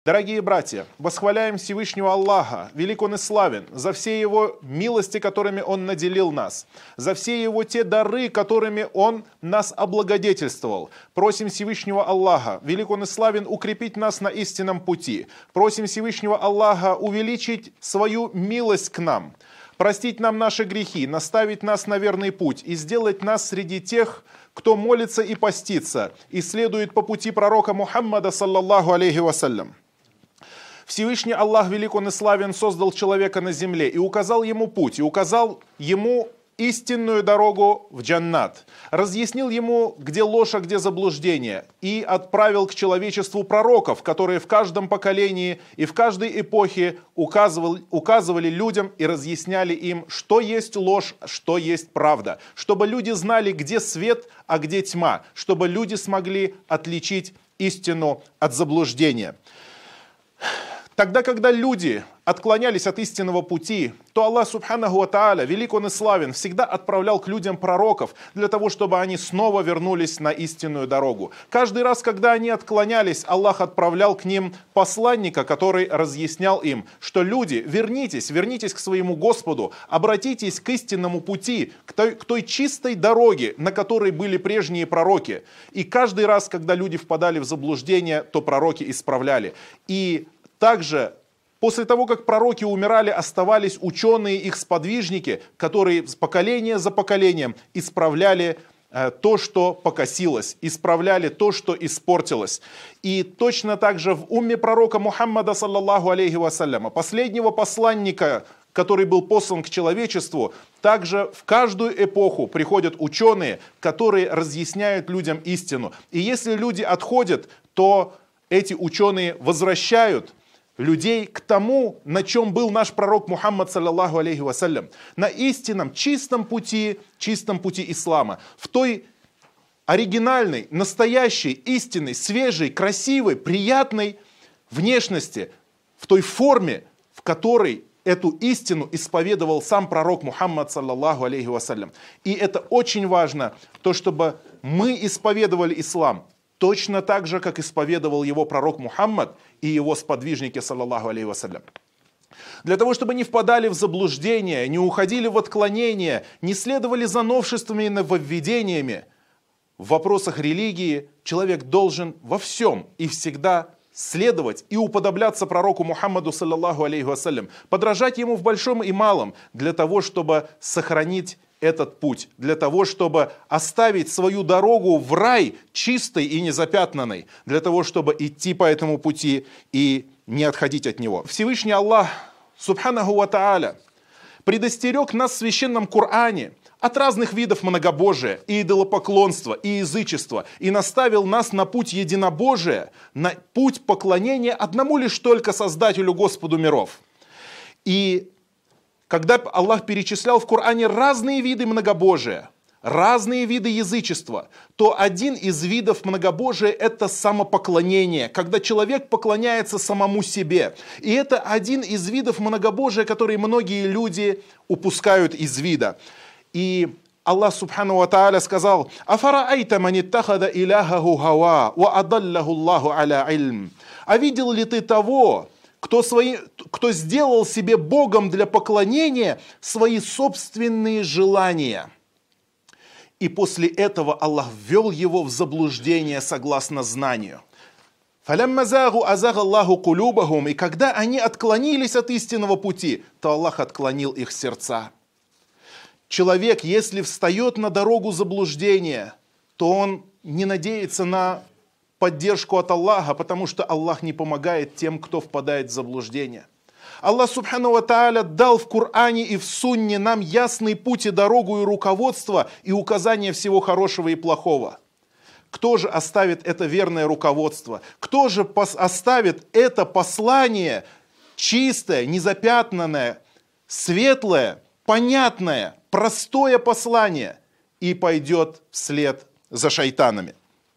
Дорогие братья, восхваляем Всевышнего Аллаха, велик Он и славен, за все Его милости, которыми Он наделил нас, за все Его те дары, которыми Он нас облагодетельствовал. Просим Всевышнего Аллаха, велик Он и славен, укрепить нас на истинном пути. Просим Всевышнего Аллаха увеличить свою милость к нам, простить нам наши грехи, наставить нас на верный путь и сделать нас среди тех, кто молится и постится, и следует по пути пророка Мухаммада, саллаллаху алейхи вассалям. Всевышний Аллах, велик Он и славен, создал человека на земле и указал ему путь, и указал ему истинную дорогу в джаннат, разъяснил ему, где ложь, а где заблуждение, и отправил к человечеству пророков, которые в каждом поколении и в каждой эпохе указывали людям и разъясняли им, что есть ложь, что есть правда, чтобы люди знали, где свет, а где тьма, чтобы люди смогли отличить истину от заблуждения. Тогда, когда люди отклонялись от истинного пути, то Аллах Субханаху ва Тааля, велик Он и славен, всегда отправлял к людям пророков для того, чтобы они снова вернулись на истинную дорогу. Каждый раз, когда они отклонялись, Аллах отправлял к ним посланника, который разъяснял им, что люди, вернитесь к своему Господу, обратитесь к истинному пути, к той чистой дороге, на которой были прежние пророки. И каждый раз, когда люди впадали в заблуждение, то пророки исправляли. И также, после того, как пророки умирали, оставались ученые, их сподвижники, которые поколение за поколением исправляли то, что покосилось, исправляли то, что испортилось. И точно так же в умме пророка Мухаммада, саллаллаху алейхи вассаляма, последнего посланника, который был послан к человечеству, также в каждую эпоху приходят ученые, которые разъясняют людям истину. И если люди отходят, то эти ученые возвращают людей к тому, на чем был наш пророк Мухаммад, саллаллаху алейхи вассалям, на истинном, чистом пути ислама, в той оригинальной, настоящей, истинной, свежей, красивой, приятной внешности, в той форме, в которой эту истину исповедовал сам пророк Мухаммад, саллаллаху алейхи вассалям. И это очень важно, то, чтобы мы исповедовали ислам точно так же, как исповедовал его пророк Мухаммад и его сподвижники, саллаллаху алейхи вассалям. Для того, чтобы не впадали в заблуждение, не уходили в отклонение, не следовали за новшествами и нововведениями, в вопросах религии человек должен во всем и всегда следовать и уподобляться пророку Мухаммаду, саллаллаху алейхи вассалям, подражать ему в большом и малом, для того, чтобы сохранить этот путь, для того, чтобы оставить свою дорогу в рай чистой и незапятнанной, для того, чтобы идти по этому пути и не отходить от него. Всевышний Аллах, Субханаху ва Тааля, предостерег нас в священном Коране от разных видов многобожия, и идолопоклонства, и язычества, и наставил нас на путь единобожия, на путь поклонения одному лишь только Создателю, Господу миров. И когда Аллах перечислял в Коране разные виды многобожия, разные виды язычества, то один из видов многобожия – это самопоклонение, когда человек поклоняется самому себе. И это один из видов многобожия, который многие люди упускают из вида. И Аллах Субхану ва Тааля сказал: «Афараайта ман иттахада иляхаху хава, ва адаллаху Аллаху аля ильм». А видел ли ты того, кто сделал себе Богом для поклонения свои собственные желания? И после этого Аллах ввел его в заблуждение согласно знанию. «Фалямма загу азага Аллаху кулюбахум». И когда они отклонились от истинного пути, то Аллах отклонил их сердца. Человек, если встает на дорогу заблуждения, то он не надеется на поддержку от Аллаха, потому что Аллах не помогает тем, кто впадает в заблуждение. Аллах Субхану ва Тааля дал в Коране и в Сунне нам ясный путь и дорогу и руководство и указание всего хорошего и плохого. Кто же оставит это верное руководство? Кто же оставит это послание чистое, незапятнанное, светлое, понятное, простое послание и пойдет вслед за шайтанами?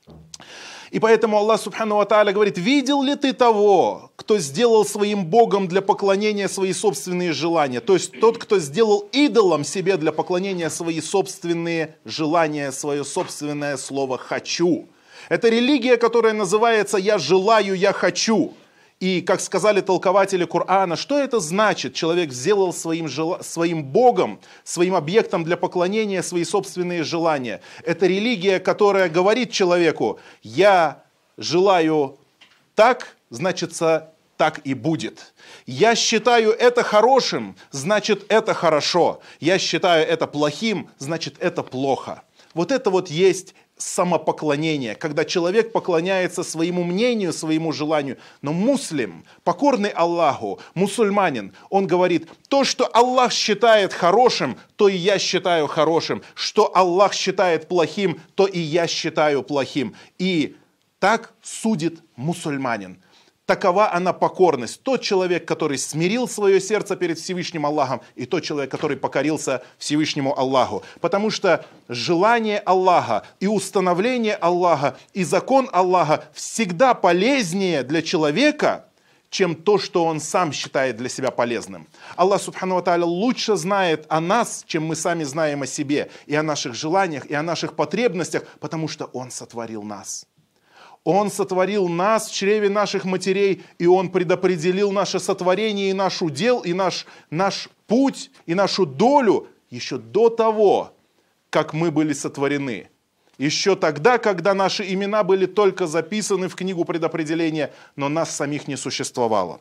И поэтому Аллах Субхану ва Тааля говорит: видел ли ты того, кто сделал своим Богом для поклонения свои собственные желания? То есть тот, кто сделал идолом себе для поклонения свои собственные желания, свое собственное слово «хочу». Это религия, которая называется «я желаю, я хочу». И, как сказали толкователи Корана, что это значит? Человек сделал своим Богом, своим объектом для поклонения свои собственные желания. Это религия, которая говорит человеку: я желаю так, значит, так и будет. Я считаю это хорошим, значит, это хорошо. Я считаю это плохим, значит, это плохо. Вот это вот есть самопоклонение, когда человек поклоняется своему мнению, своему желанию. Но муслим, покорный Аллаху, мусульманин, он говорит: то, что Аллах считает хорошим, то и я считаю хорошим. Что Аллах считает плохим, то и я считаю плохим. И так судит мусульманин. Такова она покорность. Тот человек, который смирил свое сердце перед Всевышним Аллахом, и тот человек, который покорился Всевышнему Аллаху. Потому что желание Аллаха и установление Аллаха и закон Аллаха всегда полезнее для человека, чем то, что он сам считает для себя полезным. Аллах Субхану ва Тааля лучше знает о нас, чем мы сами знаем о себе, и о наших желаниях, и о наших потребностях, потому что Он сотворил нас. Он сотворил нас в чреве наших матерей, и Он предопределил наше сотворение и наш удел, и наш путь, и нашу долю еще до того, как мы были сотворены. Еще тогда, когда наши имена были только записаны в книгу предопределения, но нас самих не существовало.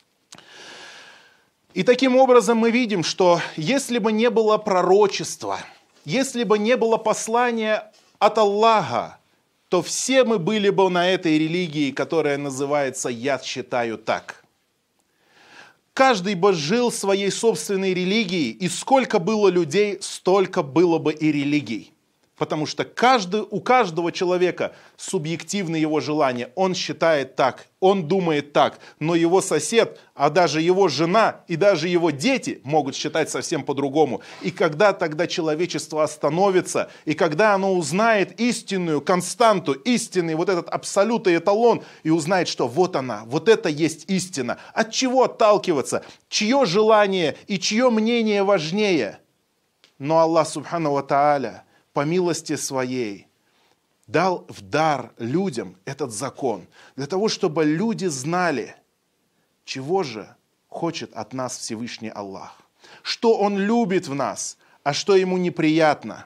И таким образом мы видим, что если бы не было пророчества, если бы не было послания от Аллаха, то все мы были бы на этой религии, которая называется «Я считаю так». Каждый бы жил своей собственной религией, и сколько было людей, столько было бы и религий. Потому что у каждого человека субъективны его желания. Он считает так, он думает так, но его сосед, а даже его жена и даже его дети могут считать совсем по-другому. И когда тогда человечество остановится, и когда оно узнает истинную константу, истинный вот этот абсолют и эталон, и узнает, что вот она, вот это есть истина, от чего отталкиваться, чье желание и чье мнение важнее. Но Аллах Субхану ва Тааля по милости своей дал в дар людям этот закон, для того, чтобы люди знали, чего же хочет от нас Всевышний Аллах, что Он любит в нас, а что Ему неприятно,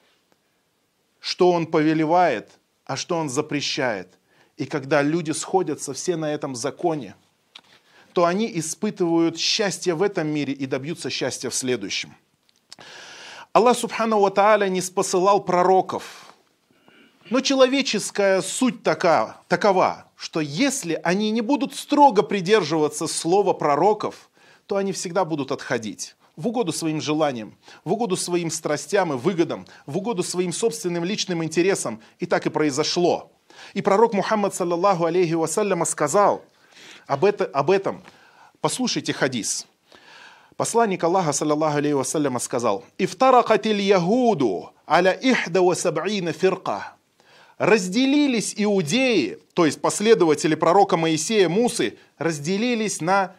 что Он повелевает, а что Он запрещает. И когда люди сходятся все на этом законе, то они испытывают счастье в этом мире и добьются счастья в следующем. Аллах Субхану ва Тааля не спосылал пророков. Но человеческая суть такова, что если они не будут строго придерживаться слова пророков, то они всегда будут отходить в угоду своим желаниям, в угоду своим страстям и выгодам, в угоду своим собственным личным интересам. И так и произошло. И пророк Мухаммад, саллаллаху алейхи вассаляма, сказал об этом. Послушайте хадис. Посланник Аллаха, саллаллаху алейхи вассаляма, сказал: «Ифтаракатиль ягуду аля ихда ва саб'ина фирка». Разделились иудеи, то есть последователи пророка Моисея, Мусы, разделились на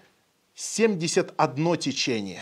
71 течение.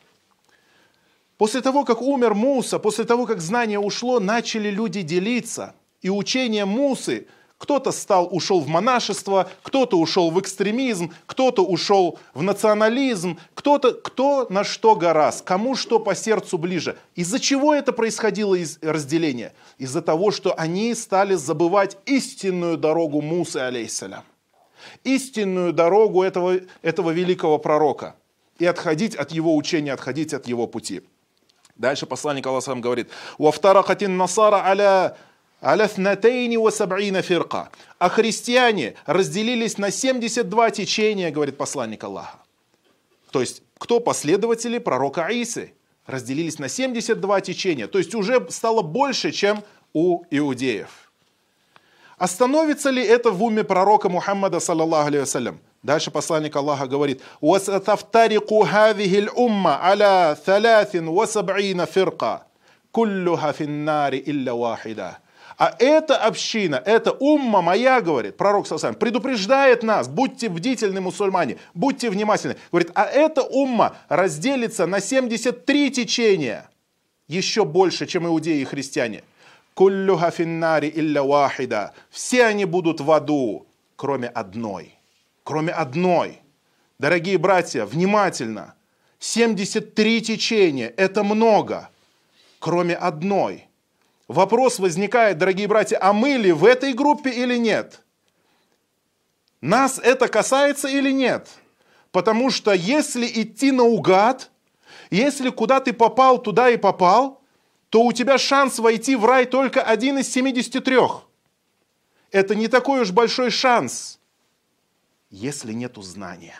После того, как умер Муса, после того, как знание ушло, начали люди делиться. И учение Мусы, кто-то ушел в монашество, кто-то ушел в экстремизм, кто-то ушел в национализм, кто на что гораст, кому что по сердцу ближе. Из-за чего это происходило разделение? Из-за того, что они стали забывать истинную дорогу Мусы, алейхиссалям, истинную дорогу этого великого пророка, и отходить от его учения, отходить от его пути. Дальше посланник Аллаха говорит: «Вафтаракатин насара аля снатейни ва саб'ина фирка». А христиане разделились на 72 течения, говорит посланник Аллаха. То есть, кто последователи пророка Исы? Разделились на 72 течения. То есть, уже стало больше, чем у иудеев. Остановится ли это в уме пророка Мухаммада, саллаллаху алейхи вассалям? Дальше посланник Аллаха говорит: «Васатафтарику хазихиль умма аля 73 фирка, куллюха финнари илля вахида». А эта община, эта умма моя, говорит пророк саллаллаху алейхи вассалям, предупреждает нас: будьте бдительны, мусульмане, будьте внимательны. Говорит, а эта умма разделится на 73 течения, еще больше, чем иудеи и христиане. Куллюха финнари илля вахида. Все они будут в аду, кроме одной. кроме одной. Дорогие братья, внимательно. 73 течения – это много, кроме одной. Вопрос возникает, дорогие братья, а мы ли в этой группе или нет? Нас это касается или нет? Потому что если идти наугад, если куда ты попал, туда и попал, то у тебя шанс войти в рай только 1 из 73. Это не такой уж большой шанс, если нету знания.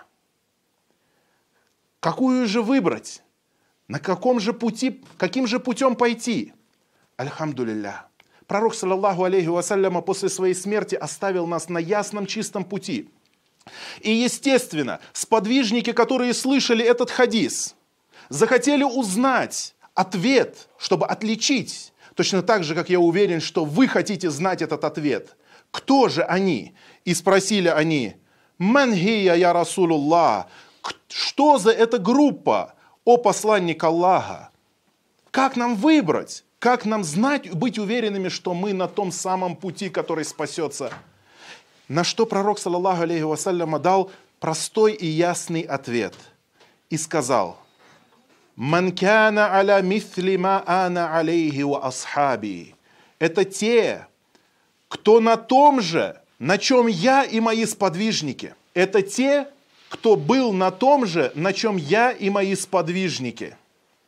Какую же выбрать? На каком же пути, каким же путем пойти? Альхамдулилля. Пророк, саллаллаху алейхи вассаляма, после своей смерти оставил нас на ясном, чистом пути. И, естественно, сподвижники, которые слышали этот хадис, захотели узнать ответ, чтобы отличить. Точно так же, как я уверен, что вы хотите знать этот ответ. Кто же они? И спросили они: «Ман хия я Расулуллах?» Что за эта группа, о посланник Аллаха? Как нам выбрать? Как нам знать, быть уверенными, что мы на том самом пути, который спасется? На что пророк, саллаллаху алейхи вассаляма, дал простой и ясный ответ. И сказал: «Ман кяна аля мисли ма ана алейхи ва асхаби». Это те, кто на том же, на чем я и мои сподвижники. Это те, кто был на том же, на чем я и мои сподвижники.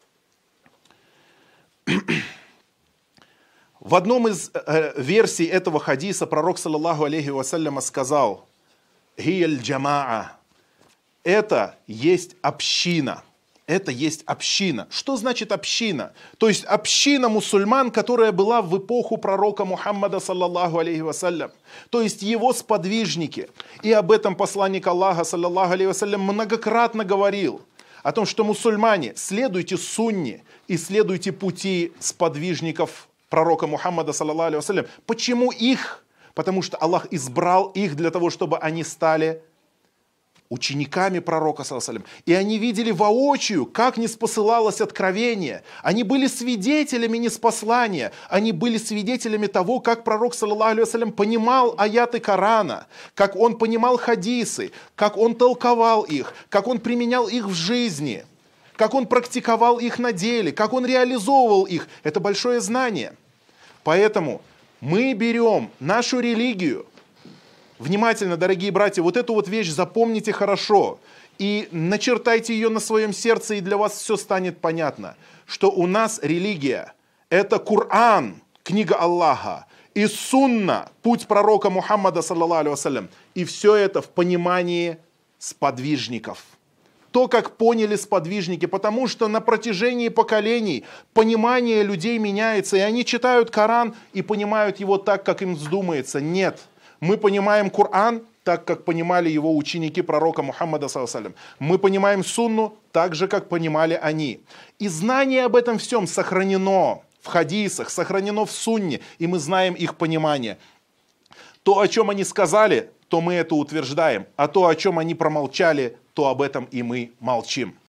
В одном из версий этого хадиса пророк, саллаллаху алейхи вассаляма, сказал: «Хияль джамаа». Это есть община. Это есть община. Что значит община? То есть община мусульман, которая была в эпоху пророка Мухаммада, саллаллаху алейхи вассалям. То есть его сподвижники. И об этом посланник Аллаха, саллаллаху алейхи вассалям, многократно говорил. О том, что мусульмане, следуйте сунне и следуйте пути сподвижников пророка Мухаммада, саллаллаху алейхи вассалям. Почему их? Потому что Аллах избрал их для того, чтобы они стали учениками пророка, саллаллаху алейхи вассалям. И они видели воочию, как ниспосылалось откровение. Они были свидетелями ниспослания. Они были свидетелями того, как пророк, саллаллаху алейхи вассалям, понимал аяты Корана, как он понимал хадисы, как он толковал их, как он применял их в жизни, как он практиковал их на деле, как он реализовывал их. Это большое знание. Поэтому мы берем нашу религию. Внимательно, дорогие братья, вот эту вот вещь запомните хорошо и начертайте ее на своем сердце, и для вас все станет понятно, что у нас религия – это Коран, книга Аллаха, и сунна, путь пророка Мухаммада, саллаллаху алейхи вассалям, и все это в понимании сподвижников. То, как поняли сподвижники, потому что на протяжении поколений понимание людей меняется, и они читают Коран и понимают его так, как им вздумается. Нет. Мы понимаем Коран так, как понимали его ученики пророка Мухаммада, саллаллаху алейхи вассалям. Мы понимаем сунну так же, как понимали они. И знание об этом всем сохранено в хадисах, сохранено в сунне, и мы знаем их понимание. То, о чем они сказали, то мы это утверждаем, а то, о чем они промолчали, то об этом и мы молчим.